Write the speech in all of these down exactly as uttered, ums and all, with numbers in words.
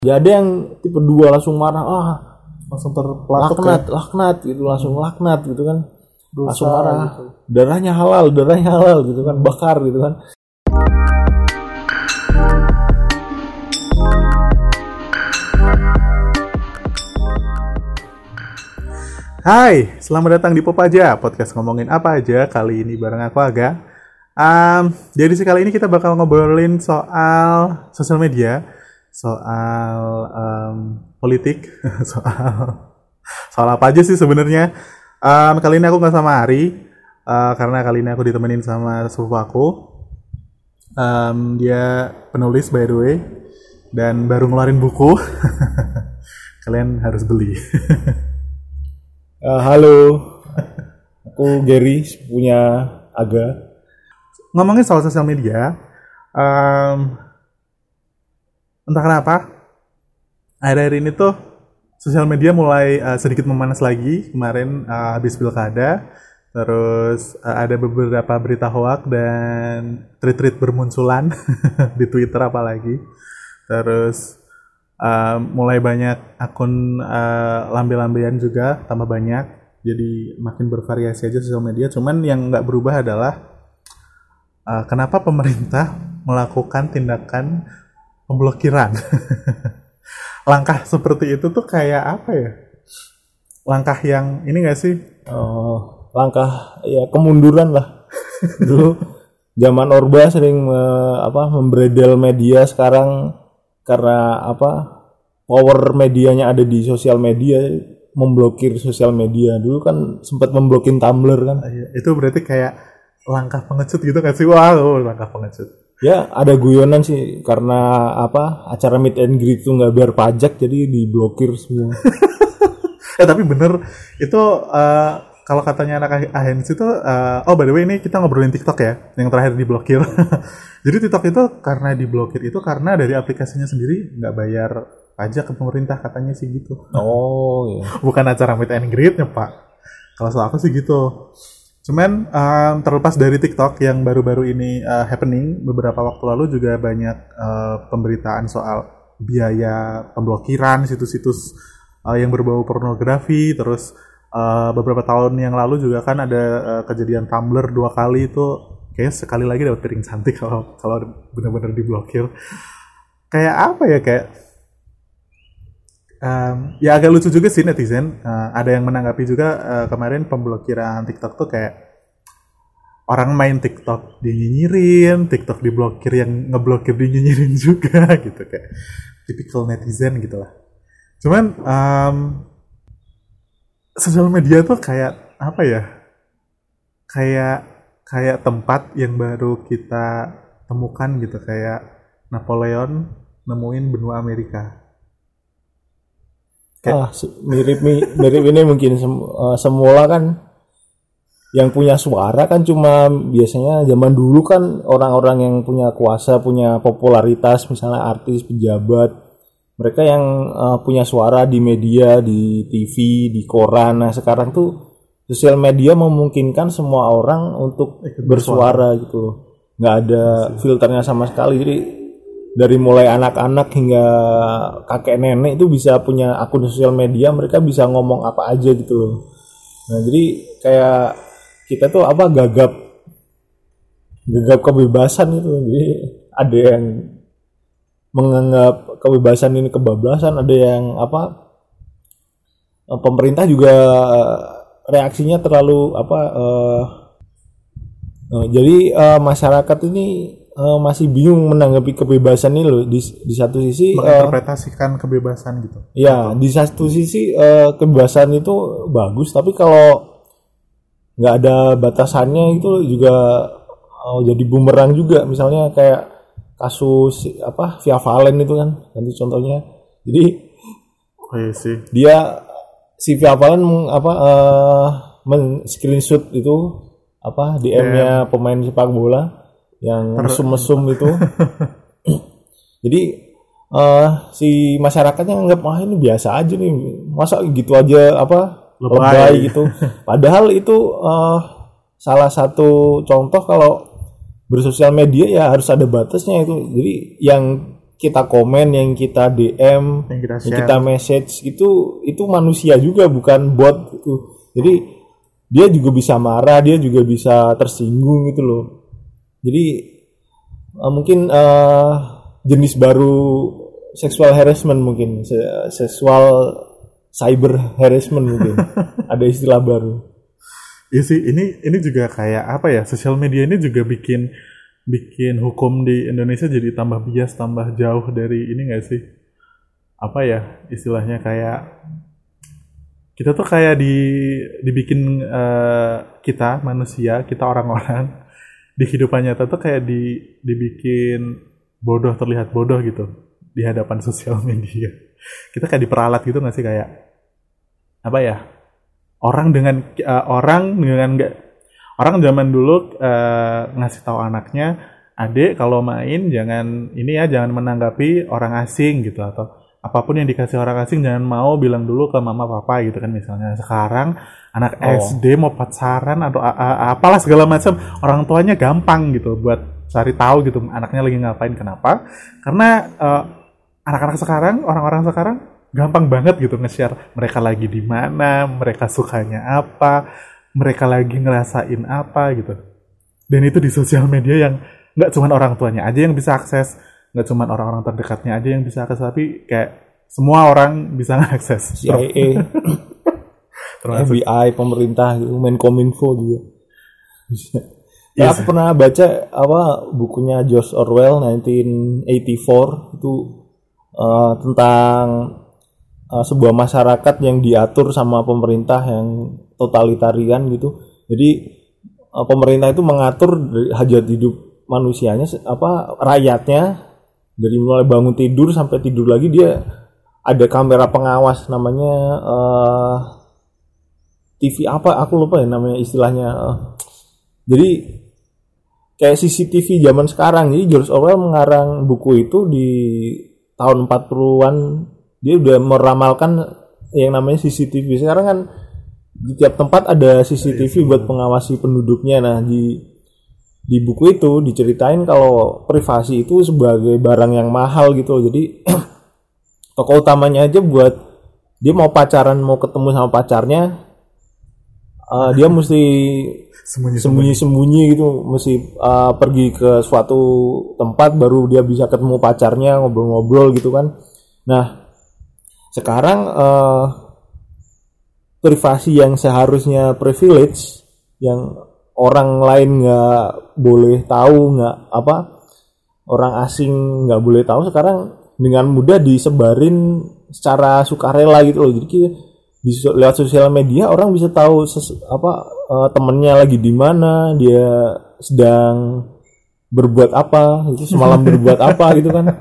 Gak ada yang tipe dua langsung marah, ah langsung terpelatuk laknat, ya? laknat gitu, langsung laknat gitu kan. Dosa, langsung marah, gitu. darahnya halal, darahnya halal gitu kan, bakar gitu kan. Hai, selamat datang di Pop Aja, podcast ngomongin apa aja. Kali ini bareng aku Aga. Um, jadi sekali ini kita bakal ngobrolin soal sosial media, soal um, politik, soal soal apa aja sih sebenarnya. Um, kali ini aku nggak sama Ari, uh, karena kali ini aku ditemenin sama sepupu aku. Um, dia penulis by the way, dan baru ngeluarin buku. Kalian harus beli. Uh, halo, aku Gary, punya Aga. Ngomongin soal sosial media, um, entah kenapa akhir-akhir ini tuh sosial media mulai uh, sedikit memanas lagi. Kemarin uh, habis pilkada, terus uh, ada beberapa berita hoak dan tweet-tweet bermunculan di Twitter apalagi. Terus uh, mulai banyak akun uh, lambe-lambean juga tambah banyak. Jadi makin bervariasi aja sosial media. Cuman yang nggak berubah adalah Uh, kenapa pemerintah melakukan tindakan pemblokiran? Langkah seperti itu tuh kayak apa ya? Langkah yang ini nggak sih? Oh, langkah ya kemunduran lah. Dulu zaman Orba sering uh, apa membredel media, sekarang karena apa power medianya ada di sosial media, memblokir sosial media. Dulu kan sempat memblokin Tumblr kan. Itu berarti kayak langkah pengecut gitu kan sih? Wow, langkah pengecut. Ya ada guyonan sih, karena apa acara meet and greet itu nggak bayar pajak jadi diblokir semua. Eh tapi bener itu uh, kalau katanya anak agensi itu uh, oh by the way ini kita ngobrolin TikTok ya yang terakhir diblokir. Jadi TikTok itu karena diblokir itu karena dari aplikasinya sendiri nggak bayar pajak ke pemerintah katanya sih gitu. Oh iya. Bukan acara meet and greetnya Pak. Kalau soal aku sih gitu. Cuman um, terlepas dari TikTok yang baru-baru ini uh, happening, beberapa waktu lalu juga banyak uh, pemberitaan soal biaya pemblokiran situs-situs uh, yang berbau pornografi. Terus uh, beberapa tahun yang lalu juga kan ada uh, kejadian Tumblr dua kali itu, kayaknya sekali lagi dapat piring cantik kalau kalau benar-benar diblokir. Kayak apa ya kayak Um, ya agak lucu juga sih netizen. Uh, ada yang menanggapi juga uh, kemarin pemblokiran TikTok tuh kayak orang main TikTok dinyinyirin, TikTok diblokir yang ngeblokir dinyinyirin juga gitu, kayak typical netizen gitu lah. Cuman um, sosial media tuh kayak apa ya? Kayak kayak tempat yang baru kita temukan gitu, kayak Napoleon nemuin benua Amerika. Ah, mirip mirip ini mungkin sem- uh, semula kan yang punya suara kan cuma biasanya zaman dulu kan orang-orang yang punya kuasa, punya popularitas, misalnya artis, pejabat, mereka yang uh, punya suara di media, di T V, di koran. Nah sekarang tuh sosial media memungkinkan semua orang untuk bersuara gitu loh, nggak ada filternya sama sekali. Jadi dari mulai anak-anak hingga kakek nenek itu bisa punya akun sosial media, mereka bisa ngomong apa aja gitu loh. Nah jadi kayak kita tuh apa gagap gagap kebebasan itu. Jadi ada yang menganggap kebebasan ini kebablasan, ada yang apa pemerintah juga reaksinya terlalu apa uh, uh, jadi uh, masyarakat ini Uh, masih bingung menanggapi kebebasan ini loh. Di, di satu sisi menginterpretasikan uh, kebebasan gitu. Ya, di satu sisi uh, kebebasan itu bagus, tapi kalau nggak ada batasannya itu juga uh, jadi bumerang juga. Misalnya kayak kasus apa Via Valen itu kan, nanti contohnya. Jadi oh, iya sih. dia si Via Valen apa uh, men-screenshot itu apa D M-nya yeah. pemain sepak bola yang mesum-mesum itu. Jadi uh, si masyarakatnya anggap wah ini biasa aja nih, masa gitu aja apa lebay, lebay gitu. Padahal itu uh, salah satu contoh kalau bersosial media ya harus ada batasnya itu. Jadi yang kita komen, yang kita D M, yang kita, yang kita message itu itu manusia juga, bukan bot gitu. Jadi dia juga bisa marah, dia juga bisa tersinggung gitu loh. Jadi uh, mungkin uh, jenis baru sexual harassment mungkin, seksual cyber harassment mungkin. Ada istilah baru. Iya sih, ini ini juga kayak apa ya? Sosial media ini juga bikin bikin hukum di Indonesia jadi tambah bias, tambah jauh dari ini nggak sih? Apa ya istilahnya, kayak kita tuh kayak di dibikin uh, kita manusia, kita orang-orang di kehidupan nyata tuh kayak di dibikin bodoh, terlihat bodoh gitu di hadapan sosial media. Kita kayak diperalat gitu nggak sih, kayak apa ya? Orang dengan uh, orang dengan nggak orang zaman dulu uh, ngasih tahu anaknya, adik kalau main jangan ini ya, jangan menanggapi orang asing gitu, atau apapun yang dikasih orang asing jangan mau bilang dulu ke mama papa gitu kan misalnya. Sekarang anak oh. S D mau pacaran atau a- a- apalah segala macam, orang tuanya gampang gitu buat cari tahu gitu anaknya lagi ngapain. Kenapa? Karena uh, anak-anak sekarang, orang-orang sekarang gampang banget gitu nge-share mereka lagi di mana, mereka sukanya apa, mereka lagi ngerasain apa gitu. Dan itu di sosial media yang nggak cuma orang tuanya aja yang bisa akses, nggak cuma orang-orang terdekatnya aja yang bisa akses, tapi kayak semua orang bisa ngakses. C I A, F B I, pemerintah gitu, Menkominfo juga. Ya, yes. Aku pernah baca apa bukunya George Orwell nineteen eighty-four itu uh, tentang uh, sebuah masyarakat yang diatur sama pemerintah yang totalitarian gitu. Jadi uh, pemerintah itu mengatur hajat hidup manusianya, apa rakyatnya, dari mulai bangun tidur sampai tidur lagi dia ada kamera pengawas namanya uh, T V apa aku lupa ya namanya istilahnya. Uh, jadi kayak C C T V zaman sekarang. Jadi George Orwell mengarang buku itu di tahun empat puluhan. Dia udah meramalkan yang namanya C C T V. Sekarang kan di tiap tempat ada C C T V buat pengawasi penduduknya. Nah, di di buku itu diceritain kalau privasi itu sebagai barang yang mahal gitu. Jadi tokoh utamanya aja buat dia mau pacaran, mau ketemu sama pacarnya, uh, dia mesti sembunyi-sembunyi gitu, mesti uh, pergi ke suatu tempat baru dia bisa ketemu pacarnya, ngobrol-ngobrol gitu kan. Nah, sekarang uh, privasi yang seharusnya privilege, yang orang lain nggak boleh tahu, nggak apa, orang asing nggak boleh tahu, sekarang dengan mudah disebarin secara sukarela gitu loh. Jadi kita di lewat sosial media orang bisa tahu ses, apa uh, temennya lagi di mana, dia sedang berbuat apa, itu semalam berbuat apa gitu kan,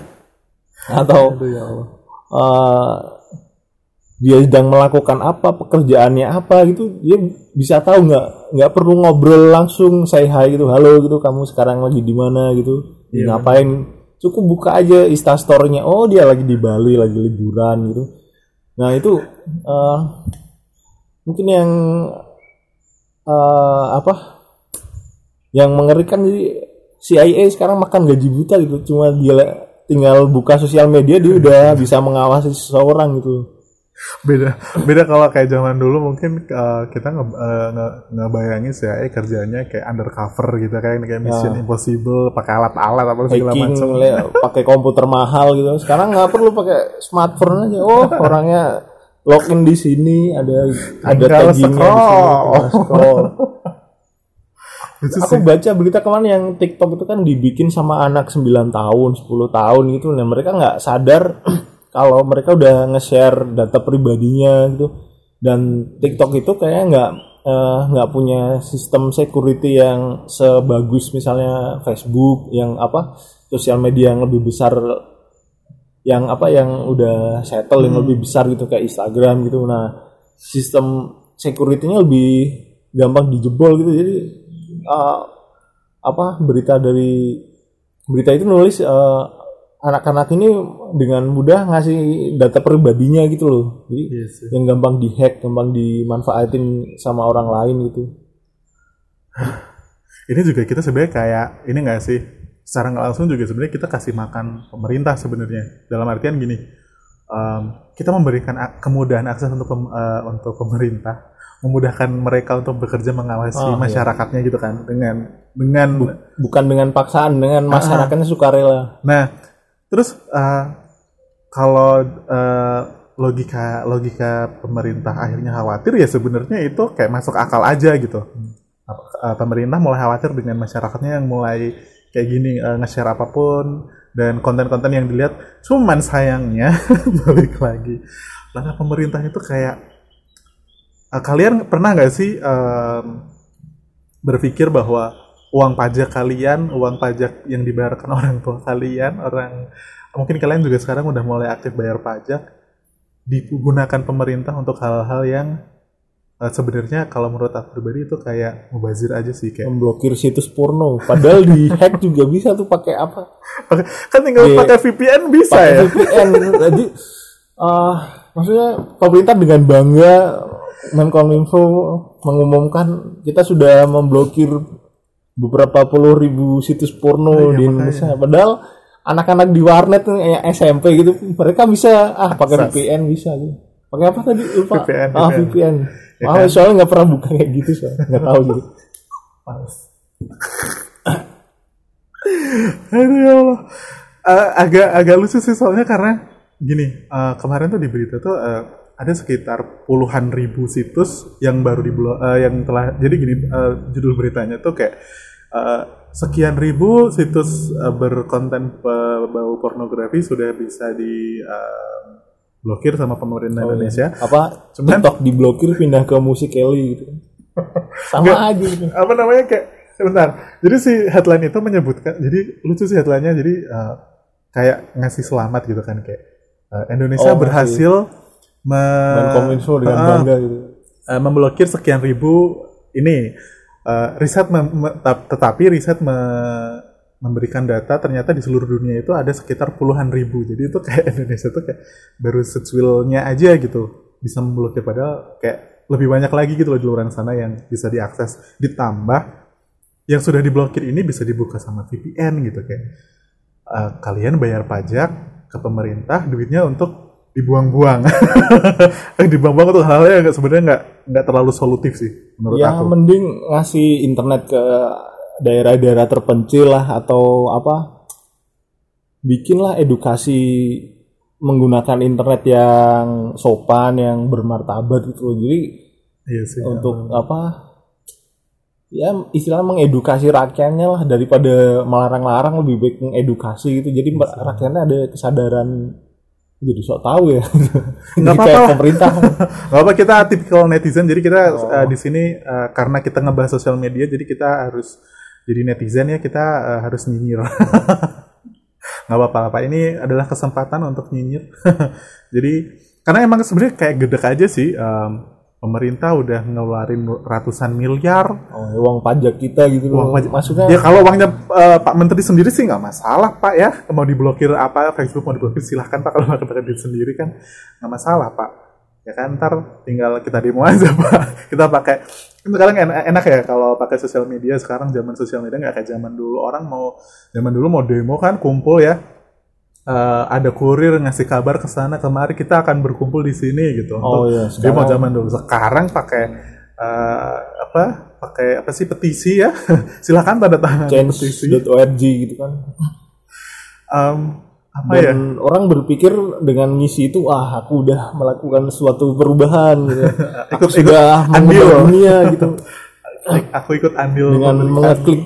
atau uh, dia sedang melakukan apa, pekerjaannya apa gitu, dia bisa tahu, nggak nggak perlu ngobrol langsung, say hi gitu, halo gitu, kamu sekarang lagi di mana gitu, yeah, ngapain, bener. Cukup buka aja Instastory-nya, oh dia lagi di Bali, lagi liburan gitu. Nah itu uh, mungkin yang uh, apa yang mengerikan. Jadi C I A sekarang makan gaji buta gitu, cuma dia tinggal buka sosial media dia udah bisa mengawasi seseorang gitu. Beda beda kalau kayak zaman dulu mungkin uh, kita nge, uh, nge, ngebayangin C I A kerjanya kayak undercover gitu, kayak kayak Mission nah. Impossible, pakai alat-alat apa segala macam, pakai komputer mahal gitu. Sekarang nggak perlu pakai smartphone aja, oh orangnya login di sini, ada ada taggingnya di sini, scroll. Aku baca berita kemarin yang TikTok itu kan dibikin sama anak sembilan tahun, sepuluh tahun gitu, dan mereka nggak sadar kalau mereka udah nge-share data pribadinya gitu. Dan TikTok itu kayaknya nggak nggak uh, punya sistem security yang sebagus misalnya Facebook, yang apa sosial media yang lebih besar, yang apa yang udah settle hmm. yang lebih besar gitu kayak Instagram gitu. Nah, sistem security-nya lebih gampang dijebol gitu. Jadi uh, apa berita dari berita itu nulis uh, anak-anak ini dengan mudah ngasih data pribadinya gitu loh. Jadi yes, yes. yang gampang dihack, gampang dimanfaatin sama orang lain gitu. Ini juga kita sebenarnya kayak ini nggak sih? secara nggak langsung juga sebenarnya kita kasih makan pemerintah sebenarnya. Dalam artian gini, um, kita memberikan ak- kemudahan akses untuk pem- uh, untuk pemerintah, memudahkan mereka untuk bekerja mengawasi Oh, masyarakatnya gitu kan, dengan dengan Bukan dengan paksaan, dengan masyarakatnya sukarela. nah terus uh, kalau uh, logika logika pemerintah akhirnya khawatir ya sebenarnya itu kayak masuk akal aja gitu. Uh, pemerintah mulai khawatir dengan masyarakatnya yang mulai kayak gini uh, nge-share apapun dan konten-konten yang dilihat. Cuman sayangnya balik lagi, langkah pemerintah itu kayak uh, kalian pernah nggak sih um, berpikir bahwa uang pajak kalian, uang pajak yang dibayarkan orang tua kalian, orang mungkin kalian juga sekarang udah mulai aktif bayar pajak, digunakan pemerintah untuk hal-hal yang uh, sebenarnya kalau menurut aku pribadi itu kayak mubazir aja sih, kayak Memblokir situs porno. Padahal di hack juga bisa tuh pakai apa? kan tinggal Iya. pakai V P N bisa Pakai ya. V P N. Jadi uh, maksudnya pemerintah dengan bangga Menkominfo mengumumkan kita sudah memblokir beberapa puluh ribu situs porno Oh, iya, di Indonesia. Padahal anak-anak di warnet kayak S M P gitu, mereka bisa ah pakai V P N bisa gitu. Pakai apa tadi lupa? V P N, Ah V P N. V P N. Ya Ah kan? soalnya nggak pernah buka kayak gitu soalnya nggak tahu gitu. Males. Aduh ya Allah. Uh, agak agak lucu sih soalnya karena gini, uh, kemarin tuh di berita tuh uh, ada sekitar puluhan ribu situs yang baru di uh, yang telah jadi gini, uh, judul beritanya tuh kayak uh, sekian ribu situs uh, berkonten pe- bau pornografi sudah bisa di uh, blokir sama pemerintah Oh, Indonesia. iya. Apa Cuman- TikTok diblokir pindah ke musik Kelly gitu. Sama Nggak. aja gitu. Apa namanya kayak sebentar. Jadi si headline itu menyebutkan, jadi lucu sih headline-nya, jadi uh, kayak ngasih selamat gitu kan, kayak uh, Indonesia Oh, berhasil me- Menkominfo dengan uh, bangga gitu. uh, memblokir sekian ribu ini. Uh, riset mem- me- tap- tetapi riset me- memberikan data ternyata di seluruh dunia itu ada sekitar puluhan ribu. Jadi itu kayak Indonesia tuh kayak baru secuilnya aja gitu bisa memblokir, padahal kayak lebih banyak lagi gitu loh di luar sana yang bisa diakses. Ditambah yang sudah diblokir ini bisa dibuka sama V P N gitu, kayak uh, kalian bayar pajak ke pemerintah, duitnya untuk dibuang-buang. Dibuang-buang untuk hal-hal yang nggak- sebenarnya nggak nggak terlalu solutif sih menurut Ya aku. mending ngasih internet ke daerah-daerah terpencil lah atau apa, bikinlah edukasi menggunakan internet yang sopan, yang bermartabat gitu loh. Jadi Iya sih. untuk apa ya istilahnya mengedukasi rakyatnya lah, daripada melarang-larang lebih baik mengedukasi gitu. Jadi rakyatnya ada kesadaran, jadi sok tahu ya. Jadi apa-apa kayak lah. pemerintah. Gak apa, kita tipikal netizen, jadi kita uh, di sini uh, karena kita ngebahas sosial media, jadi kita harus jadi netizen ya, kita uh, harus nyinyir. Gak apa-apa, Pak. Ini adalah kesempatan untuk nyinyir. Jadi karena emang sebenarnya kayak gedek aja sih, um, pemerintah udah ngeluarin ratusan miliar. Oh, uang pajak kita gitu loh. Uang pajak. Maksudnya Ya kalau uangnya uh, Pak Menteri sendiri sih nggak masalah Pak ya. Mau diblokir apa, Facebook mau diblokir silahkan Pak. Kalau pakai duit sendiri kan nggak masalah Pak. Ya kan, ntar tinggal kita demo aja Pak. Kita pakai, kan sekarang enak, enak ya kalau pakai sosial media. Sekarang zaman sosial media nggak kayak zaman dulu. Orang mau, zaman dulu mau demo kan kumpul ya. Uh, ada kurir ngasih kabar ke sana kemari, kita akan berkumpul di sini gitu. Oh, Untuk iya, demo sekarang- zaman dulu. Sekarang pakai uh, apa? Pakai apa sih, petisi ya? Silakan tanda tangan petisi. change dot org gitu kan. Um, apa ya? Dan orang berpikir dengan ngisi itu, ah aku udah melakukan suatu perubahan gitu. Aku Ikut- sudah ikut andil. mengubah dunia gitu. Aku ikut andil Dengan pemilihan. mengeklik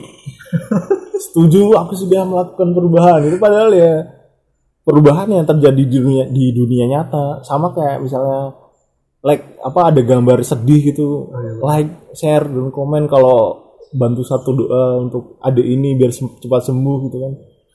setuju aku sudah melakukan perubahan itu, padahal ya perubahan yang terjadi di dunia di dunia nyata. Sama kayak misalnya like apa, ada gambar sedih gitu, like, share dan komen kalau bantu satu doa untuk adik ini biar sem- cepat sembuh gitu kan.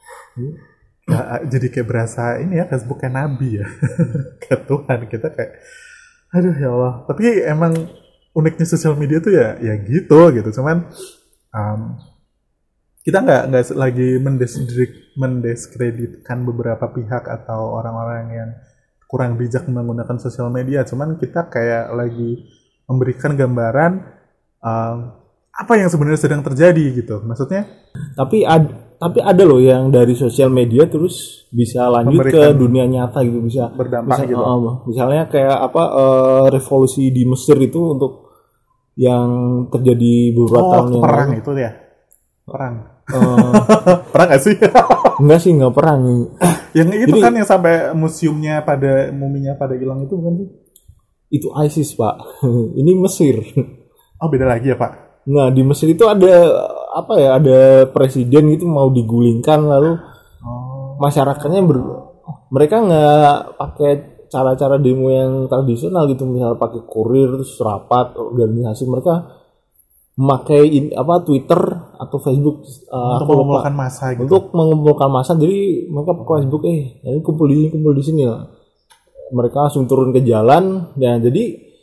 Ya, jadi kayak berasa ini ya, Facebooknya Nabi ya. Ke Tuhan, kita kayak aduh ya Allah. Tapi emang uniknya sosial media tuh ya ya gitu gitu. Cuman um, kita nggak nggak lagi mendeskrip, mendiskreditkan beberapa pihak atau orang-orang yang kurang bijak menggunakan sosial media. Cuman kita kayak lagi memberikan gambaran um, apa yang sebenarnya sedang terjadi gitu. Maksudnya Tapi ad, tapi ada loh yang dari sosial media terus bisa lanjut ke Memberikan dunia nyata gitu, bisa berdampak bisa, gitu. uh, misalnya kayak apa uh, revolusi di Mesir itu untuk yang terjadi beberapa Oh, tahun yang perang lalu. itu ya. Perang. Uh, Perang gak sih? enggak sih, enggak perang. Yang itu Jadi- kan yang sampai museumnya pada muminya pada hilang itu bukan sih? Itu ISIS, Pak. Ini Mesir. Oh, beda lagi ya, Pak. Nah, di Mesir itu ada apa ya? Ada presiden gitu mau digulingkan, lalu Oh. masyarakatnya ber, mereka nggak pakai cara-cara demo yang tradisional gitu, misalnya pakai kurir terus rapat organisasi, mereka memakai in- apa Twitter atau Facebook uh, Untuk aku lupa. mengumpulkan massa gitu. Untuk mengumpulkan massa, jadi mereka pakai Facebook, eh ini kumpul di sini, kumpul di sini lah. Mereka langsung turun ke jalan, dan jadi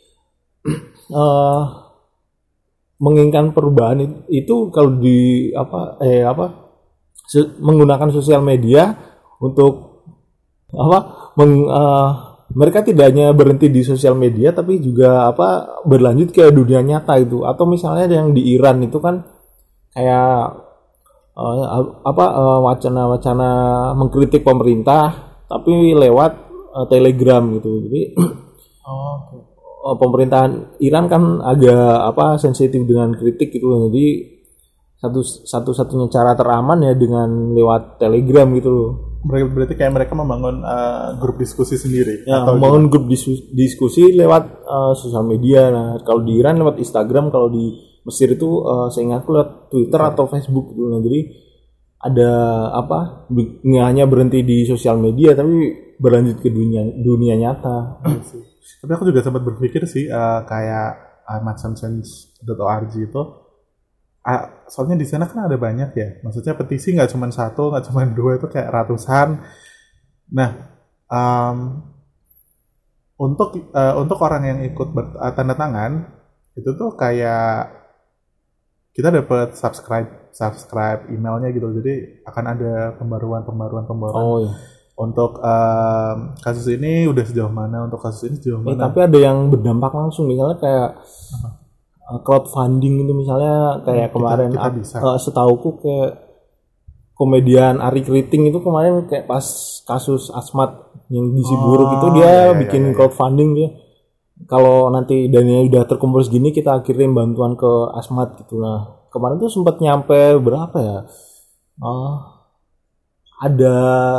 eh menginginkan perubahan it- itu kalau di apa eh apa se- menggunakan sosial media untuk apa meng, eh, mereka tidak hanya berhenti di sosial media tapi juga apa berlanjut ke dunia nyata itu, atau misalnya yang di Iran itu kan kayak eh, apa eh, wacana-wacana mengkritik pemerintah tapi lewat eh, Telegram gitu. Jadi Oh, oke. eh, pemerintahan Iran kan agak apa sensitif dengan kritik gitu loh. Jadi satu satu-satunya cara teraman ya dengan lewat Telegram gitu loh. Ber- Berarti kayak mereka membangun uh, grup diskusi sendiri Ya, atau membangun grup dis- diskusi lewat eh, sosial media. Nah, kalau di Iran lewat Instagram, kalau di Mesir itu uh, saya ingat lewat Twitter atau Facebook gitu. Nah, jadi ada apa? Nggak hanya berhenti di sosial media tapi berlanjut ke dunia dunia nyata. Iya sih. Tapi aku juga sempat berpikir sih uh, kayak uh, macam change dot org itu uh, soalnya di sana kan ada banyak ya. Maksudnya petisi nggak cuma satu, nggak cuma dua, itu kayak ratusan. Nah, um, untuk uh, untuk orang yang ikut ber- uh, tanda tangan itu tuh kayak kita dapat subscribe subscribe emailnya gitu. Jadi akan ada pembaruan pembaruan pembaruan Oh iya. untuk um, kasus ini udah sejauh mana, untuk kasus ini sejauh Eh, mana. tapi ada yang berdampak langsung, misalnya kayak uh, crowdfunding itu, misalnya kayak Kita- kemarin kita uh, bisa. uh, setauku kayak komedian Ari Kriting itu kemarin kayak pas kasus Asmat yang gizi buruk itu dia iya, iya, bikin iya, iya. crowdfunding, dia kalau nanti dananya udah terkumpul segini kita kirim bantuan ke Asmat gitu. Nah, kemarin tuh sempat nyampe berapa ya? Uh, ada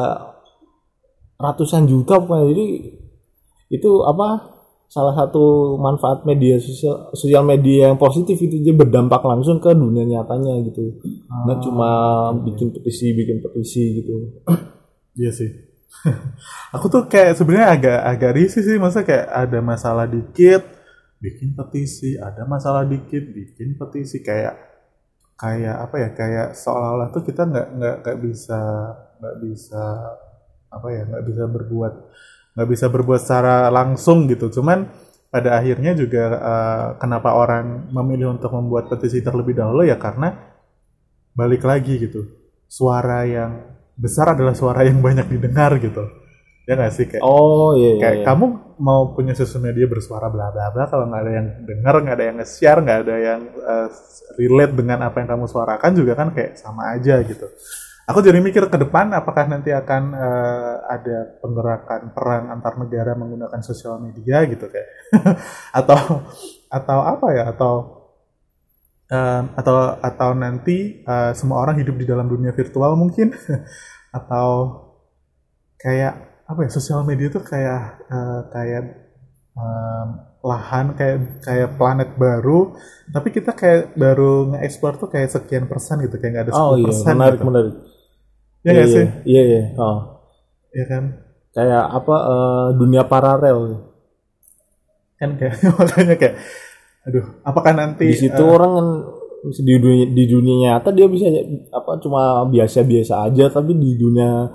ratusan juta pokoknya. Jadi itu apa salah satu manfaat media sosial sosial media yang positif itu, dia berdampak langsung ke dunia nyatanya gitu, nggak cuma bikin petisi bikin petisi gitu. Iya sih. Aku tuh kayak sebenarnya agak agak risih sih, masa kayak ada masalah dikit bikin petisi, ada masalah dikit bikin petisi, kayak kayak apa ya, kayak seolah-olah tuh kita nggak nggak nggak bisa nggak bisa apa ya nggak bisa berbuat nggak bisa berbuat secara langsung gitu. Cuman pada akhirnya juga uh, kenapa orang memilih untuk membuat petisi terlebih dahulu ya karena balik lagi gitu, suara yang besar adalah suara yang banyak didengar gitu, ya nggak sih, kayak Oh iya, iya, kayak iya. kamu mau punya sosial media bersuara bla bla bla, kalau nggak ada yang dengar, nggak ada yang nge-share, nggak ada yang uh, relate dengan apa yang kamu suarakan juga kan kayak sama aja gitu. Aku jadi mikir ke depan apakah nanti akan uh, ada penggerakan perang antar negara menggunakan sosial media gitu kayak atau atau apa ya, atau Um, atau atau nanti uh, semua orang hidup di dalam dunia virtual mungkin atau kayak apa ya, sosial media tuh kayak uh, kayak um, lahan, kayak kayak planet baru tapi kita kayak baru nge-explore tuh kayak sekian persen gitu, kayak nggak ada Oh sepuluh iya, persen menarik gitu. menarik. Ya nggak iya, sih? Iya iya. Oh. Ya kan? Kayak apa eh, dunia paralel. Kan kayak makanya kayak aduh, apakah nanti Di situ uh, orang kan di dunia di dunia nyata dia bisa apa cuma biasa-biasa aja, tapi di dunia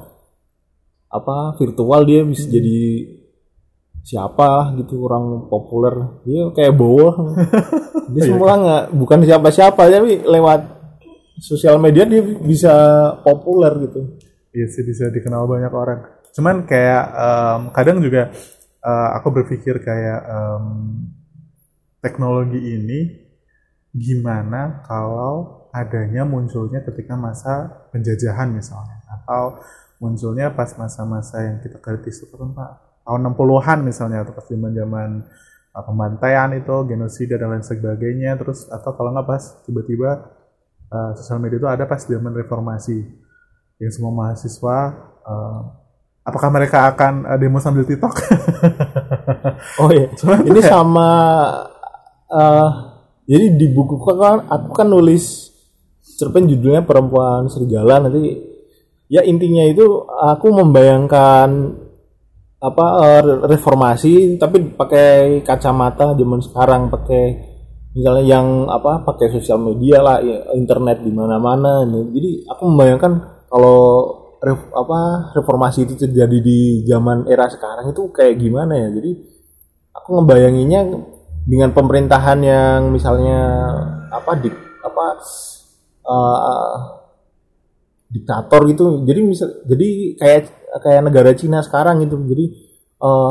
apa virtual dia bisa jadi siapa gitu, orang populer. Dia kayak bawah. Dia semula nggak bukan siapa-siapa, tapi lewat sosial media dia bisa populer gitu. iya sih, bisa dikenal banyak orang. Cuman kayak um, kadang juga uh, aku berpikir kayak um, teknologi ini gimana kalau adanya munculnya ketika masa penjajahan misalnya, atau munculnya pas masa-masa yang kita kritis itu kan Pak, tahun enam puluhan misalnya, atau pas zaman-zaman uh, pembantaian itu, genosida dan lain sebagainya, terus atau kalau nggak pas tiba-tiba uh, sosial media itu ada pas zaman reformasi, yang semua mahasiswa uh, apakah mereka akan uh, demo sambil TikTok? Oh iya, ini sama uh, jadi di buku kan aku kan nulis cerpen judulnya Perempuan Serigala. Nanti ya intinya itu aku membayangkan apa uh, reformasi tapi pakai kacamata zaman sekarang, pakai misalnya yang apa pakai sosial media lah, internet di mana-mana. Jadi aku membayangkan kalau ref, apa reformasi itu terjadi di zaman era sekarang itu kayak gimana ya. Jadi aku ngebayanginnya dengan pemerintahan yang misalnya apa di apa uh, diktator gitu. Jadi misal jadi kayak kayak negara Cina sekarang gitu. Jadi uh,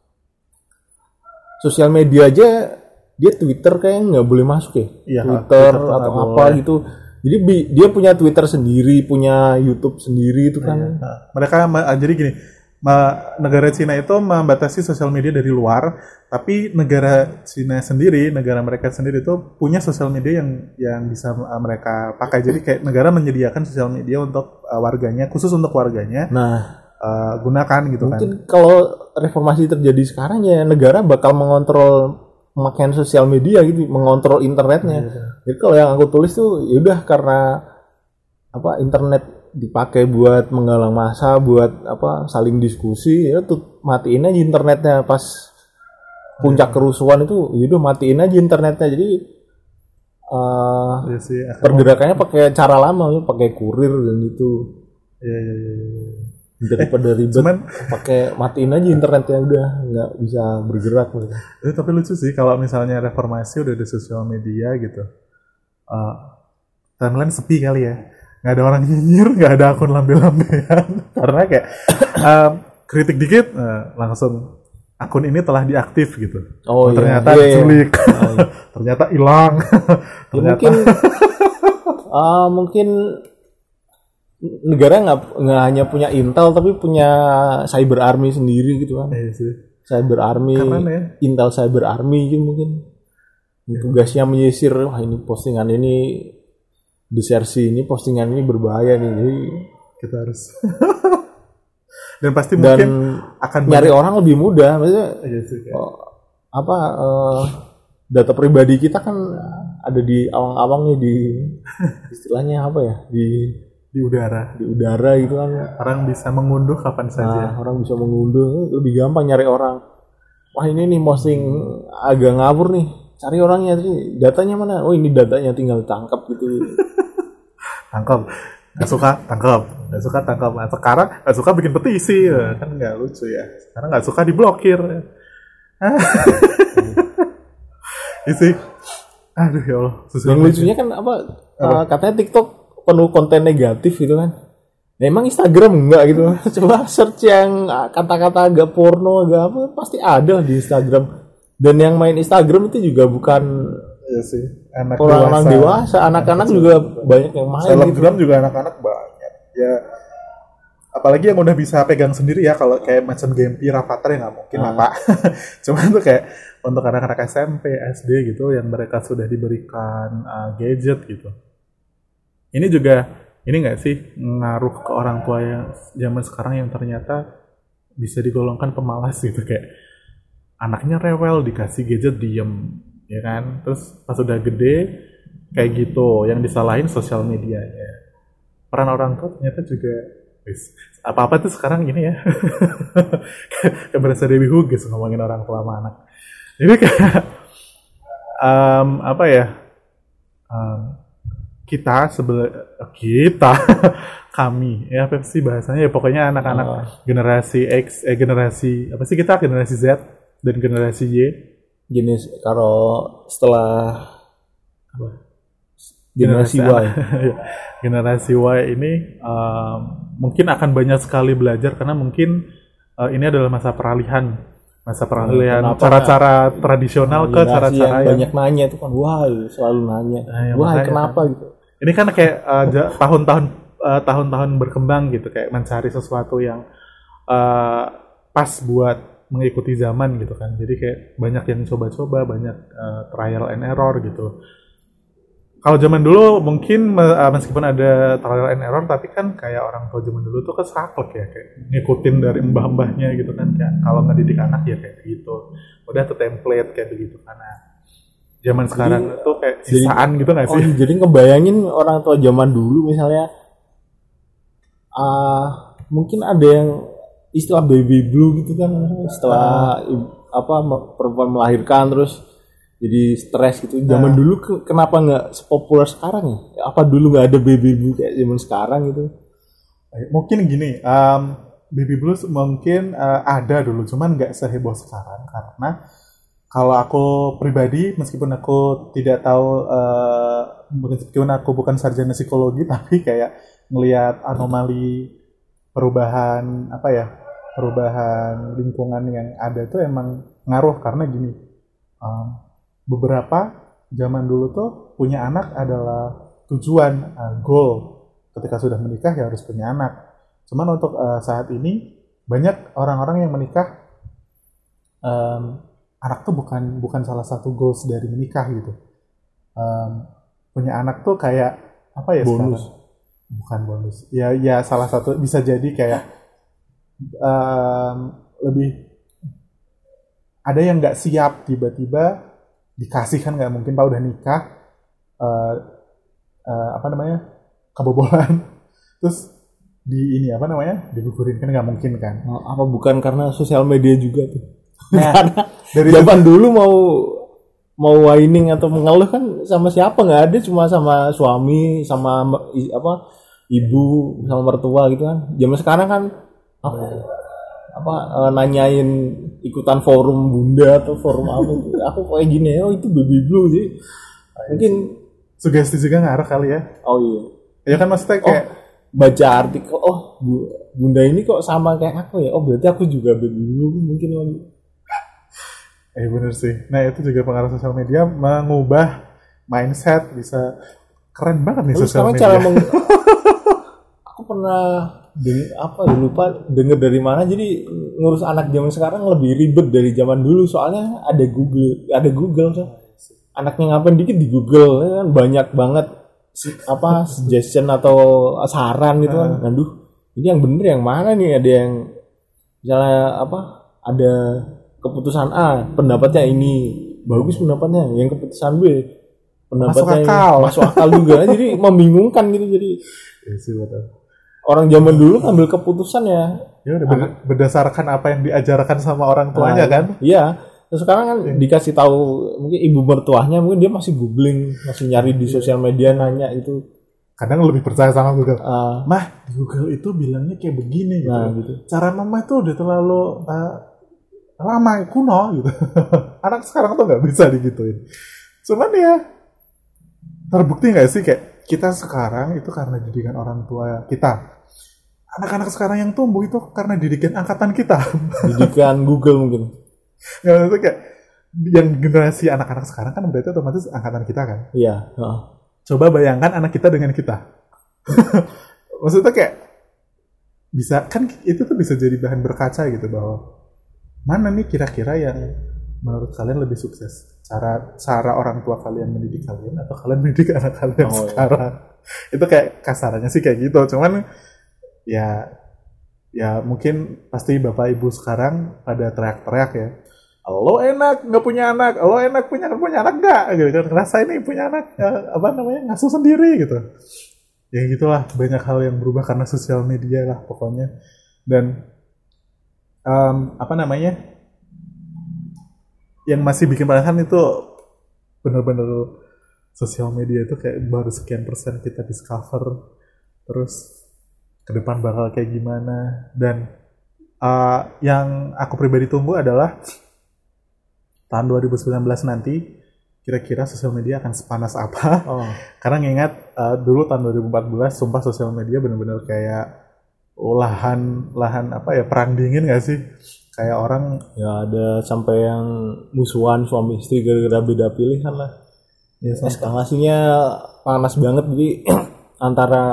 sosial media aja dia Twitter kayak nggak boleh masuk ya, ya Twitter atau apa boleh. Gitu. Jadi bi- dia punya Twitter sendiri, punya YouTube sendiri itu kan. Nah, mereka jadi gini, negara Cina itu membatasi sosial media dari luar, tapi negara Cina sendiri, negara mereka sendiri itu punya sosial media yang yang bisa mereka pakai. Jadi kayak negara menyediakan sosial media untuk uh, warganya, khusus untuk warganya. Nah, uh, gunakan gitu mungkin kan. Kalau reformasi terjadi sekarang ya negara bakal mengontrol pemakaian sosial media gitu, mengontrol internetnya. Ya. Jadi kalau yang aku tulis tuh ya udah karena apa internet dipakai buat menggalang massa, buat apa saling diskusi, ya tuh matiin aja internetnya pas puncak kerusuhan itu, ya udah matiin aja internetnya. Jadi uh, ya sih, pergerakannya pakai cara lama, pakai kurir dan itu. Iya iya iya. Daripada eh, ribet, cuman pakai matiin aja internetnya, udah nggak bisa bergerak gitu. Eh, tapi lucu sih kalau misalnya reformasi udah ada sosial media gitu, uh, timeline sepi kali ya, nggak ada orang nyinyir, nggak ada akun lambe-lambean, karena kayak um, kritik dikit uh, langsung akun ini telah diaktif gitu. Oh, oh ternyata iya, diculik, iya. Oh, iya. ternyata hilang. Ya, mungkin uh, mungkin negara nggak nggak hanya punya intel tapi punya cyber army sendiri gitu kan. Iya sih. Cyber army, ya? Intel cyber army gitu mungkin. Tugasnya menyisir, wah ini postingan ini desersi, ini postingan ini berbahaya nih. Jadi kita harus dan pasti dan mungkin akan nyari banyak orang lebih mudah. Maksudnya iya sih, oh, apa uh, data pribadi kita kan ada di awang-awangnya, di istilahnya apa ya, di di udara, di udara gitu kan. Orang bisa mengunduh kapan saja. Nah, orang bisa mengunduh, lebih gampang nyari orang. Wah ini nih posting agak ngawur nih, cari orangnya, datanya mana? Oh ini datanya, tinggal tangkap gitu. Tangkap, nggak suka tangkap, nggak suka tangkap. Nah, sekarang nggak suka bikin petisi, ya. Kan nggak lucu ya. Sekarang nggak suka diblokir. Isi, aduh ya Allah. Yang lucunya kan apa? apa? Uh, katanya TikTok penuh konten negatif gitu kan. Nah, emang Instagram enggak gitu. Coba search yang kata-kata agak porno, agak apa, pasti ada di Instagram. Dan yang main Instagram itu juga bukan ya sih, anak orang dewasa, dewasa. Anak-anak anak juga banyak yang main. Selebgram gitu. Juga anak-anak banyak. Ya, apalagi yang udah bisa pegang sendiri ya, kalau kayak macam game Rafathar ya nggak mungkin lah, Pak. Cuman tuh kayak untuk anak-anak S M P, S D gitu, yang mereka sudah diberikan uh, gadget gitu. Ini juga, ini nggak sih ngaruh ke orang tua yang zaman sekarang yang ternyata bisa digolongkan pemalas gitu, kayak anaknya rewel dikasih gadget diem, ya kan? Terus pas udah gede kayak gitu, yang disalahin sosial medianya. Peran orang tua ternyata juga, apa-apa tuh sekarang gini ya, kayak berasa Dewi Hugis ngomongin orang tua sama anak. Jadi kayak um, apa ya? Um, kita sebel kita kami ya apa sih bahasanya ya, pokoknya anak-anak oh. generasi X eh generasi apa sih kita generasi Z dan generasi Y. Jenis kalau setelah apa? Generasi, generasi Y. Generasi Y ini um, mungkin akan banyak sekali belajar karena mungkin uh, ini adalah masa peralihan masa peralihan Kenapa cara-cara tradisional ke generasi cara-cara yang yang banyak nanya itu kan, wah selalu nanya, Nah, ya wah makanya kenapa kan. gitu. Ini kan kayak uh, ja- tahun-tahun uh, tahun-tahun berkembang gitu, kayak mencari sesuatu yang uh, pas buat mengikuti zaman gitu kan. Jadi kayak banyak yang coba-coba, banyak uh, trial and error gitu. Kalau zaman dulu mungkin me- uh, meskipun ada trial and error, tapi kan kayak orang tua zaman dulu tuh kan saklek ya, kayak ngikutin dari mbah-mbahnya gitu kan. Kayak kalau ngedidik anak ya kayak gitu. Udah tuh template kayak begitu kan. Nah, zaman sekarang tuh kayak jadi- sisaan gitu nggak Oh, sih? jadi ngebayangin orang tua zaman dulu misalnya, ah mungkin ada yang istilah baby blue gitu kan, setelah ibu- apa me- perempuan melahirkan terus jadi stres gitu. Zaman dulu ke- kenapa nggak sepopuler sekarang ya? Apa dulu nggak ada baby blue kayak zaman sekarang gitu? Mungkin gini, um, baby blues mungkin uh, ada dulu, cuman nggak seheboh sekarang karena kalau aku pribadi, meskipun aku tidak tahu, uh, meskipun aku bukan sarjana psikologi, tapi kayak ngelihat anomali perubahan apa ya, perubahan lingkungan yang ada itu emang ngaruh karena gini, um, beberapa zaman dulu tuh punya anak adalah tujuan, uh, goal. Ketika sudah menikah ya harus punya anak. Cuman untuk uh, saat ini banyak orang-orang yang menikah, um, anak tuh bukan bukan salah satu goals dari menikah gitu. Um, punya anak tuh kayak apa ya Bonus. sekarang? Bukan bonus. Ya ya salah satu bisa jadi kayak um, lebih ada yang nggak siap tiba-tiba dikasih kan, nggak mungkin pak udah nikah uh, uh, apa namanya kebobolan terus di ini apa namanya digugurin kan nggak mungkin kan. Oh, apa bukan karena sosial media juga tuh? Nah, Karena dari zaman dulu mau mau whining atau mengeluh kan sama siapa, nggak ada, cuma sama suami, sama me- i- apa ibu, sama mertua gitu kan. Zaman sekarang kan apa, apa eh, nanyain ikutan forum bunda atau forum apa itu. Aku kayak gini, oh itu baby blue sih. Mungkin sugesti juga ngaruh kali ya. oh iya. Ya kan maksudnya kayak Baca artikel, oh bu, bunda ini kok sama kayak aku ya. Oh berarti aku juga baby blue mungkin. eh bener sih. Nah itu juga pengaruh sosial media mengubah mindset, bisa keren banget nih Terus sosial sekarang media. cara meng... aku pernah denger, apa ya, lupa denger dari mana, jadi ngurus anak zaman sekarang lebih ribet dari zaman dulu soalnya ada Google, ada Google so. Anaknya ngapain dikit di Google ya kan, banyak banget si- apa suggestion atau saran gitu kan. Aduh, ini yang bener yang mana nih? Ada yang misalnya apa, ada keputusan A pendapatnya ini bagus, pendapatnya yang keputusan B pendapatnya Masuk akal. ini masuk akal juga. Jadi membingungkan gitu. Jadi Ya sih betul. orang zaman dulu ngambil keputusan ya Ya udah ber- berdasarkan apa yang diajarkan sama orang tuanya Nah, kan. iya. Terus sekarang kan dikasih tahu mungkin ibu mertuanya, mungkin dia masih googling, masih nyari di sosial media, nanya itu. Kadang lebih percaya sama Google. Ah, Mah, di Google itu bilangnya kayak begini gitu. Nah, gitu. Cara mama itu udah terlalu uh, lama, kuno gitu. Anak sekarang tuh nggak bisa digituin. Cuman ya, terbukti nggak sih kayak kita sekarang itu karena didikan orang tua kita. Anak-anak sekarang yang tumbuh itu karena didikan angkatan kita. didikan Google mungkin. Nggak maksudnya kayak yang generasi anak-anak sekarang kan berarti otomatis angkatan kita kan. Iya. heeh. Coba bayangkan anak kita dengan kita. Maksudnya kayak bisa kan itu tuh bisa jadi bahan berkaca gitu bahwa mana nih kira-kira yang menurut kalian lebih sukses, cara cara orang tua kalian mendidik kalian atau kalian mendidik anak kalian Oh, iya. sekarang. Itu kayak kasarannya sih kayak gitu. Cuman ya ya mungkin pasti bapak ibu sekarang pada teriak-teriak ya. Lo enak nggak punya anak, lo enak punya punya anak nggak, gitu kan, ngerasain nih punya anak, eh, apa namanya, ngasuh sendiri gitu. Ya gitulah, banyak hal yang berubah karena sosial media lah pokoknya. Dan um, apa namanya, yang masih bikin penasaran itu bener-bener sosial media itu kayak baru sekian persen kita discover, terus ke depan bakal kayak gimana. Dan uh, yang aku pribadi tunggu adalah tahun dua ribu sembilan belas nanti kira-kira sosial media akan sepanas apa. Oh. Karena ngingat uh, dulu tahun dua ribu empat belas sumpah sosial media benar-benar kayak oh, lahan lahan apa ya, perang dingin gak sih? kayak orang ya ada sampai yang musuhan suami istri gara-gara beda pilihan lah. ya sampai Eskalasinya panas banget, jadi antara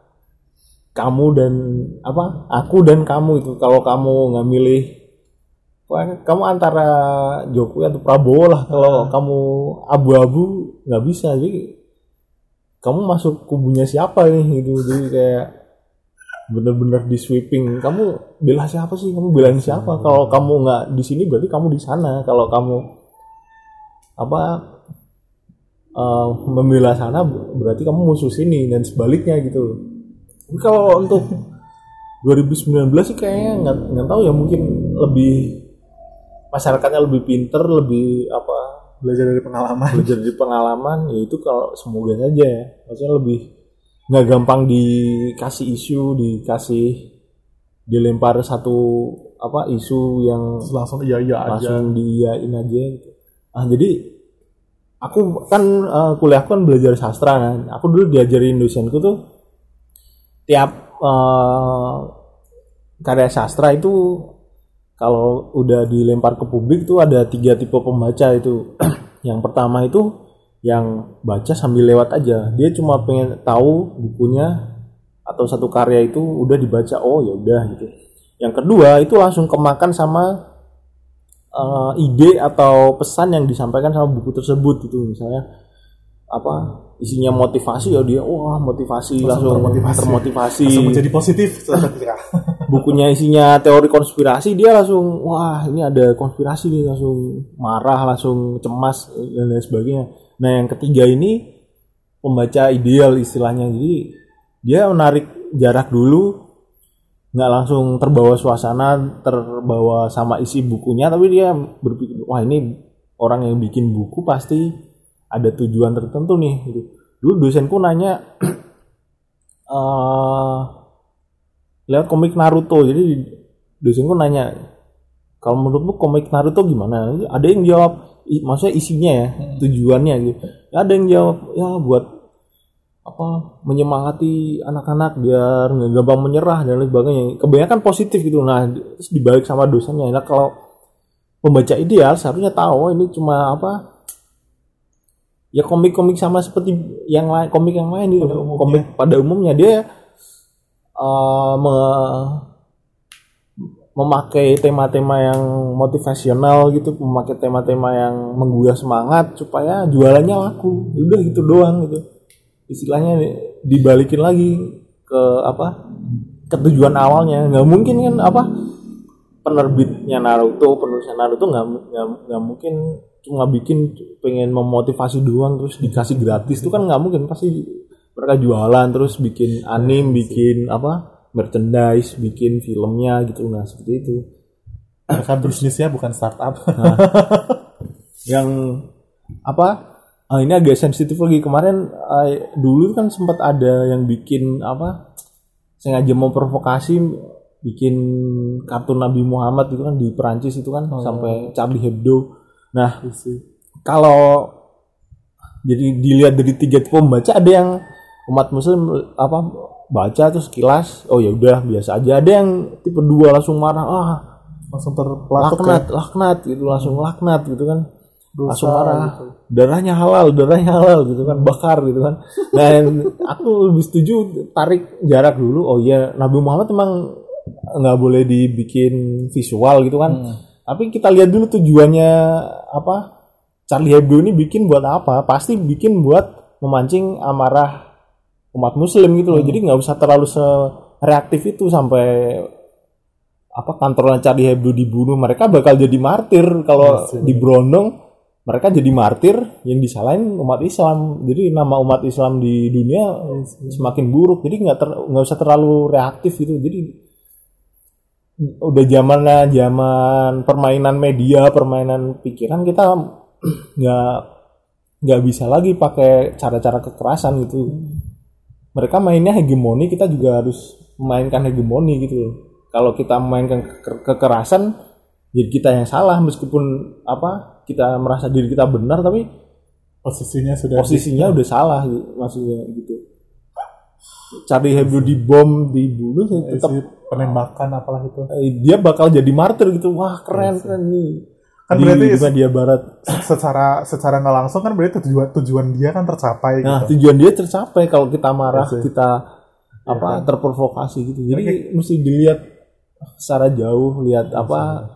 kamu dan apa aku dan kamu itu, kalau kamu nggak milih, kamu antara Jokowi atau Prabowo lah. Kalau kamu abu-abu nggak bisa, jadi kamu masuk kubunya siapa nih gitu. Jadi kayak bener-bener di sweeping. Kamu bela siapa sih? Kamu belain siapa? Kalau kamu nggak di sini berarti kamu di sana. Kalau kamu apa uh, membela sana berarti kamu musuh sini dan sebaliknya gitu. Tapi kalau untuk dua ribu sembilan belas sih kayaknya nggak nggak tahu ya, mungkin lebih masyarakatnya lebih pinter, lebih apa belajar dari pengalaman. belajar dari pengalaman. Ya itu kalau semoga saja ya, maksudnya lebih nggak gampang dikasih isu, dikasih dilempar satu apa isu yang langsung iya iya aja langsung diiyain aja gitu. Ah jadi aku kan uh, kuliahku kan belajar sastra kan. Aku dulu diajarin dosenku tuh tiap uh, karya sastra itu kalau udah dilempar ke publik tuh ada tiga tipe pembaca itu. Yang pertama itu yang baca sambil lewat aja, dia cuma pengen tahu bukunya atau satu karya itu udah dibaca, oh ya udah gitu. Yang kedua itu langsung kemakan sama uh, ide atau pesan yang disampaikan sama buku tersebut gitu. Misalnya apa isinya motivasi, ya dia wah motivasi langsung, langsung termotivasi, termotivasi langsung menjadi positif. Bukunya isinya teori konspirasi, dia langsung wah ini ada konspirasi nih, langsung marah, langsung cemas dan lain sebagainya. Nah yang ketiga ini pembaca ideal istilahnya, jadi dia menarik jarak dulu, nggak langsung terbawa suasana, terbawa sama isi bukunya, tapi dia berpikir wah ini orang yang bikin buku pasti ada tujuan tertentu nih gitu. Dulu dosenku nanya uh, lewat komik Naruto, jadi dosenku nanya kalau menurutmu komik Naruto gimana? Ada yang jawab maksudnya isinya ya, tujuannya gitu. Ada yang jawab ya buat apa menyemangati anak-anak biar nggak gampang menyerah dan lain sebagainya. Kebanyakan positif gitu. Nah terus dibalik sama dosennya. Nah kalau pembaca ideal seharusnya tahu ini cuma apa ya komik-komik sama seperti yang lain, komik yang lain gitu. Pada komik pada umumnya dia uh, me- memakai tema-tema yang motivasional gitu, memakai tema-tema yang menggugah semangat supaya jualannya laku. Udah gitu doang gitu. Istilahnya dibalikin lagi ke apa? Ke tujuan awalnya. Enggak mungkin kan apa? Penerbitnya Naruto, penulisnya Naruto enggak enggak mungkin cuma bikin pengen memotivasi doang terus dikasih gratis. Itu kan enggak mungkin, pasti mereka jualan terus bikin anime, bikin apa? Merchandise, bikin filmnya gitu. Nah seperti itu. Mereka bisnisnya bukan startup. Nah, yang apa? Ah, ini agak sensitif lagi. Kemarin uh, dulu kan sempat ada yang bikin apa? Sengaja memprovokasi, bikin kartun Nabi Muhammad itu kan di Perancis itu kan, oh. Sampai Charlie Hebdo. Nah kalau jadi dilihat dari tiga tipe pembaca, ada yang umat Muslim apa? Baca terus sekilas oh ya udah biasa aja, ada yang tipe dua langsung marah, ah langsung terpelatuk laknat ya? laknat gitu, langsung laknat gitu kan. Dosa, langsung marah gitu. darahnya halal darahnya halal gitu kan, bakar gitu kan. Dan aku lebih setuju tarik jarak dulu. Oh iya Nabi Muhammad emang nggak boleh dibikin visual gitu kan, hmm. Tapi kita lihat dulu tujuannya apa. Charlie Hebdo ini bikin buat apa? Pasti bikin buat memancing amarah umat Muslim gitu loh. Hmm. Jadi nggak usah terlalu reaktif itu sampai apa kantornya Charlie Hebdo dibunuh. Mereka bakal jadi martir kalau yes, di Brondong. Mereka jadi martir, yang disalahin umat Islam. Jadi nama umat Islam di dunia yes, semakin buruk. Jadi nggak ter, nggak usah terlalu reaktif gitu. Jadi udah zamannya zaman permainan media, permainan pikiran, kita nggak nggak bisa lagi pakai cara-cara kekerasan gitu. Hmm. Mereka mainnya hegemoni, kita juga harus memainkan hegemoni gitu loh. Kalau kita memainkan ke- kekerasan, jadi kita yang salah meskipun apa kita merasa diri kita benar, tapi posisinya sudah posisinya udah salah gitu, maksudnya gitu. Charlie Hebdo dibom, dibunuh, Eh, tetap si penembakan apalah itu. eh, dia bakal jadi martir gitu. Wah keren keren nih. Kan di, berarti di media barat. secara secara nggak langsung kan berarti tujuan tujuan dia kan tercapai Nah gitu. tujuan dia tercapai kalau kita marah, Iya sih. kita apa kan? terprovokasi gitu. Jadi Kayak- mesti dilihat secara jauh, lihat apa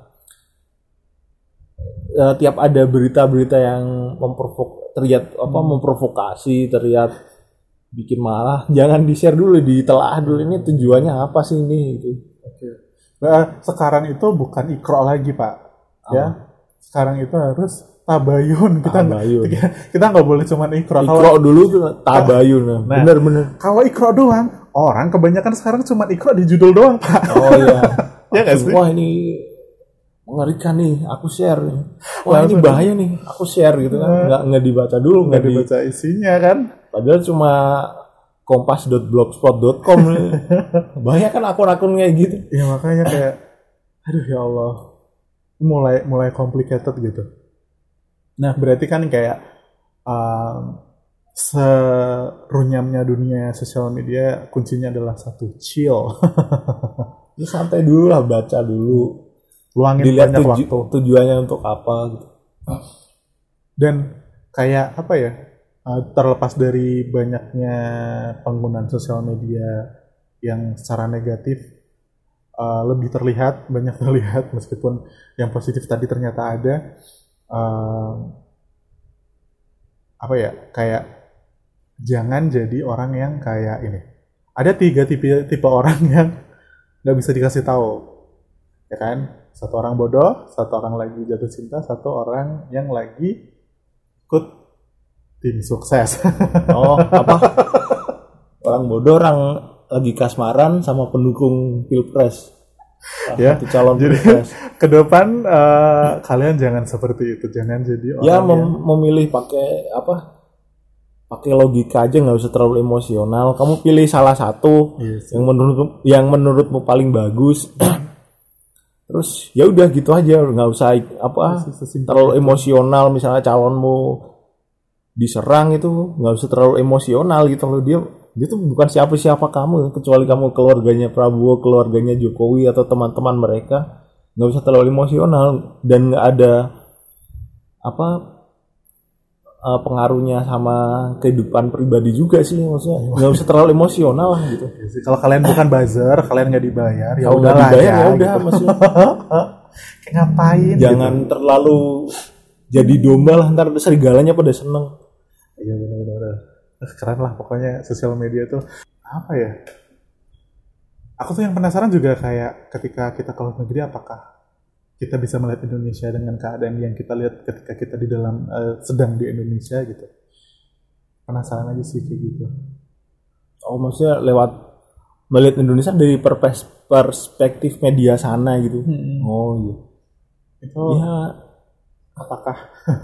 eh, tiap ada berita-berita yang memprovok terlihat apa Hmm. memprovokasi, terlihat bikin marah, jangan di-share dulu, ditelaah dulu ini tujuannya apa sih ini gitu. Oke. Nah, sekarang itu bukan ikro lagi Pak, ya. Sekarang itu harus tabayun. Kita Tabayun. kita kita nggak boleh cuman ikro. Ikro Kalau dulu tuh tabayun. Nah, Nah. bener-bener. kalau ikro doang, orang kebanyakan sekarang cuman ikro di judul doang Pak. Oh iya. Ya nggak sih? Wah ini mengerikan nih, aku share. Wah ini Langsung. bahaya nih, aku share gitu kan. Nggak nggak dibaca dulu, Nggak nggak di. dibaca isinya kan. Padahal cuma kompas dot blogspot dot com nih. Banyak kan akun-akun kayak gitu. Ya makanya kayak, aduh ya Allah, mulai mulai complicated gitu. Nah berarti kan kayak um, serunyamnya dunia sosial media kuncinya adalah satu chill. Ini santai dulu lah, baca dulu. Luangin Dilihat banyak tuju- waktu. tujuannya untuk apa gitu. Dan kayak apa ya, uh, terlepas dari banyaknya penggunaan sosial media yang secara negatif uh, lebih terlihat, banyak terlihat meskipun yang positif tadi ternyata ada, um, apa ya, kayak jangan jadi orang yang kayak ini. Ada tiga tipe tipe orang yang nggak bisa dikasih tahu, ya kan? Satu orang bodoh, satu orang lagi jatuh cinta, satu orang yang lagi ikut tim sukses. Oh, apa? Orang bodoh, orang lagi kasmaran sama pendukung pilpres. Salah Ya, satu calon jadi pilpres. ke depan eh, kalian jangan seperti itu, jangan jadi orang Ya yang mem- memilih pakai apa? Pakai logika aja, nggak usah terlalu emosional. Kamu pilih salah satu Yes. yang menurut yang menurutmu paling bagus. Terus ya udah gitu aja, nggak usah ik- apa Sesimpel terlalu emosional. Misalnya calonmu diserang itu nggak usah terlalu emosional gitu loh. Dia dia tuh bukan siapa-siapa kamu, kecuali kamu keluarganya Prabowo, keluarganya Jokowi atau teman-teman mereka. Nggak usah terlalu emosional dan nggak ada apa eh, pengaruhnya sama kehidupan pribadi juga sih, maksudnya nggak usah terlalu emosional lah gitu. Ya sih, kalau kalian bukan buzzer, kalian nggak dibayar, ya Kalau nggak udahlah dibayar, ya, ya udah, gitu. maksudnya. Kayak ngapain? Jangan terlalu jadi domba lah, ntar serigalanya pada seneng. Gitu. Iya benar-benar. Keren lah pokoknya sosial media tuh apa ya? Aku tuh yang penasaran juga kayak ketika kita ke luar negeri, apakah kita bisa melihat Indonesia dengan keadaan yang kita lihat ketika kita di dalam eh, sedang di Indonesia gitu. Penasaran aja sih kayak gitu. Oh maksudnya lewat melihat Indonesia dari perpes- perspektif media sana gitu. Oh iya. Itu Ya apakah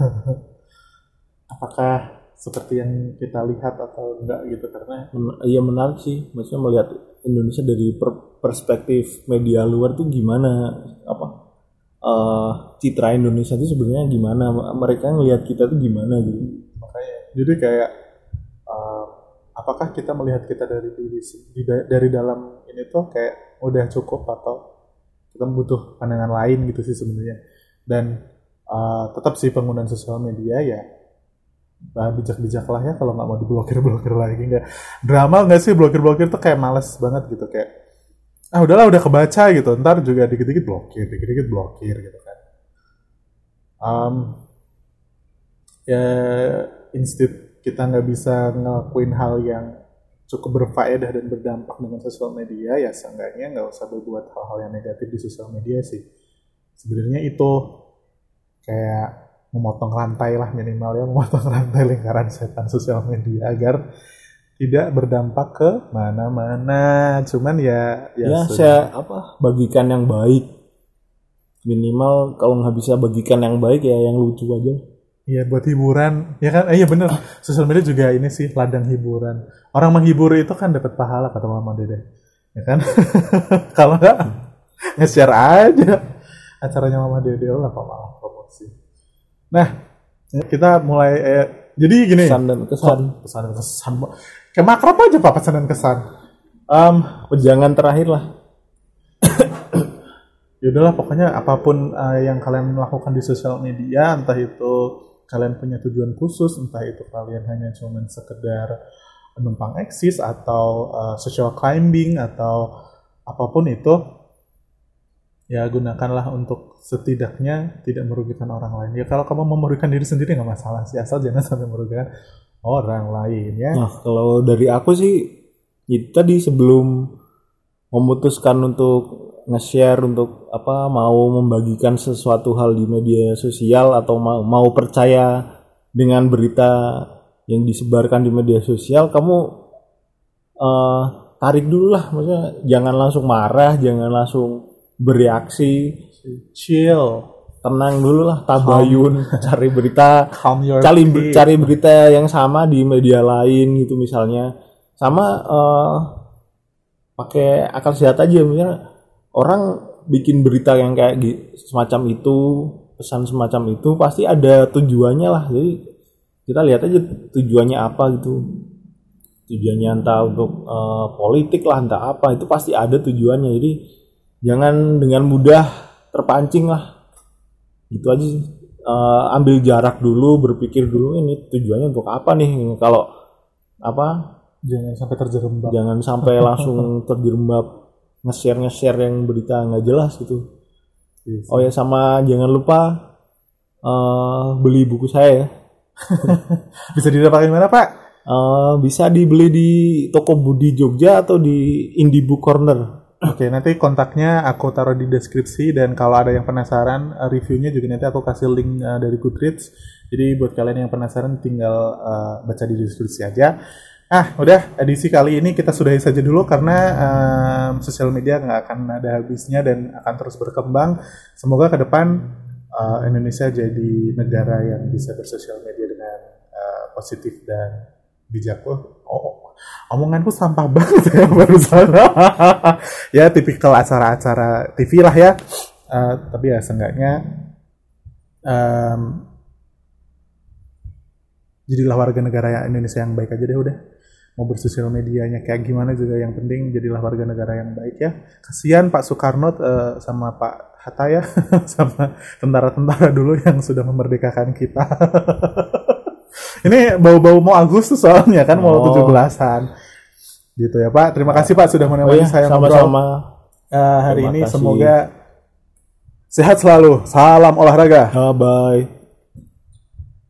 apakah seperti yang kita lihat atau enggak gitu, karena men- iya menarik sih. Maksudnya melihat Indonesia dari per- perspektif media luar tuh gimana, apa eh, citra Indonesia itu sebenarnya gimana, mereka ngelihat kita tuh gimana gitu. makanya jadi kayak uh, apakah kita melihat kita dari diri di- dari dalam ini tuh kayak udah cukup atau kita butuh pandangan lain gitu sih sebenarnya. Dan uh, tetap sih penggunaan sosial media ya bah, bijak-bijak lah ya, kalau nggak mau diblokir-blokir lagi. Nggak drama nggak sih, blokir-blokir tuh kayak males banget gitu, kayak ah udahlah udah kebaca gitu, ntar juga dikit-dikit blokir, dikit-dikit blokir gitu kan. Um, ya instead kita nggak bisa ngelakuin hal yang cukup berfaedah dan berdampak dengan sosial media, ya seenggaknya nggak usah berbuat hal-hal yang negatif di sosial media sih. Sebenarnya itu kayak memotong rantai lah, minimal ya, memotong rantai lingkaran setan sosial media agar tidak berdampak ke mana-mana. Cuman ya Ya, sudah. saya apa bagikan yang baik, minimal kalau nggak bisa bagikan yang baik ya yang lucu aja. Iya buat hiburan, ya kan? Eh, iya bener. Sosial media juga ini sih ladang hiburan. Orang menghibur itu kan dapat pahala kata Mama Dede, ya kan? Kalau nggak nge-share aja acaranya Mama Dede lah, kok malah promosi. Nah, kita mulai. Eh, jadi gini. Pesan dan kesan. Pesan dan kesan. Kayak makrab aja Pak, pesan dan kesan. Um, pejangan terakhir lah. Ya udahlah, pokoknya apapun uh, yang kalian lakukan di sosial media, entah itu kalian punya tujuan khusus, entah itu kalian hanya cuma sekedar numpang eksis atau uh, social climbing atau apapun itu, ya gunakanlah untuk setidaknya tidak merugikan orang lain. Ya kalau kamu mau merugikan diri sendiri nggak masalah sih, asal jangan sampai merugikan orang lain ya. Nah, kalau dari aku sih itu tadi sebelum memutuskan untuk nge-share untuk apa mau membagikan sesuatu hal di media sosial atau mau, mau percaya dengan berita yang disebarkan di media sosial, kamu uh, tarik dulu lah, maksudnya jangan langsung marah, jangan langsung bereaksi, Chill, tenang dulu lah, tabayun, cari berita, calm your cari feet. cari berita yang sama di media lain gitu misalnya, sama uh, pakai akal sehat aja, misalnya orang bikin berita yang kayak semacam itu, pesan semacam itu pasti ada tujuannya lah. Jadi kita lihat aja tujuannya apa gitu. Tujuannya entah untuk uh, politik lah, entah apa, itu pasti ada tujuannya. Jadi jangan dengan mudah terpancing lah. Gitu aja sih. Uh, ambil jarak dulu, berpikir dulu ini tujuannya untuk apa nih. Kalau apa? Jangan sampai terjerembab. Jangan sampai langsung terjerembab nge-share nge-share yang berita nggak jelas gitu. Yes. Oh ya, sama jangan lupa uh, beli buku saya ya. Bisa didapatkan mana Pak? Uh, bisa dibeli di toko Budi Jogja atau di Indie Book Corner. Oke, nanti kontaknya aku taruh di deskripsi, dan kalau ada yang penasaran reviewnya juga nanti aku kasih link uh, dari Goodreads. Jadi buat kalian yang penasaran tinggal uh, baca di deskripsi aja. Ah, udah, edisi kali ini kita sudahi saja dulu karena um, sosial media nggak akan ada habisnya dan akan terus berkembang. Semoga ke depan uh, Indonesia jadi negara yang bisa bersosial media dengan uh, positif dan bijak. Oh, omonganku sampah banget ya barusan. Ya, tipikal acara-acara T V lah ya. Uh, tapi ya seenggaknya um, jadilah warga negara Indonesia yang baik aja deh udah. Mau bersosial medianya kayak gimana juga yang penting jadilah warga negara yang baik ya. Kasihan Pak Soekarno uh, sama Pak Hatta ya, sama tentara-tentara dulu yang sudah memerdekakan kita. Ini bau-bau mau Agustus soalnya kan, mau oh. tujuh belasan. Gitu ya Pak. Terima kasih Pak sudah menemani Oh, iya, saya sama-sama. Uh, hari Terima ini kasih. Semoga sehat selalu. Salam olahraga. Bye bye.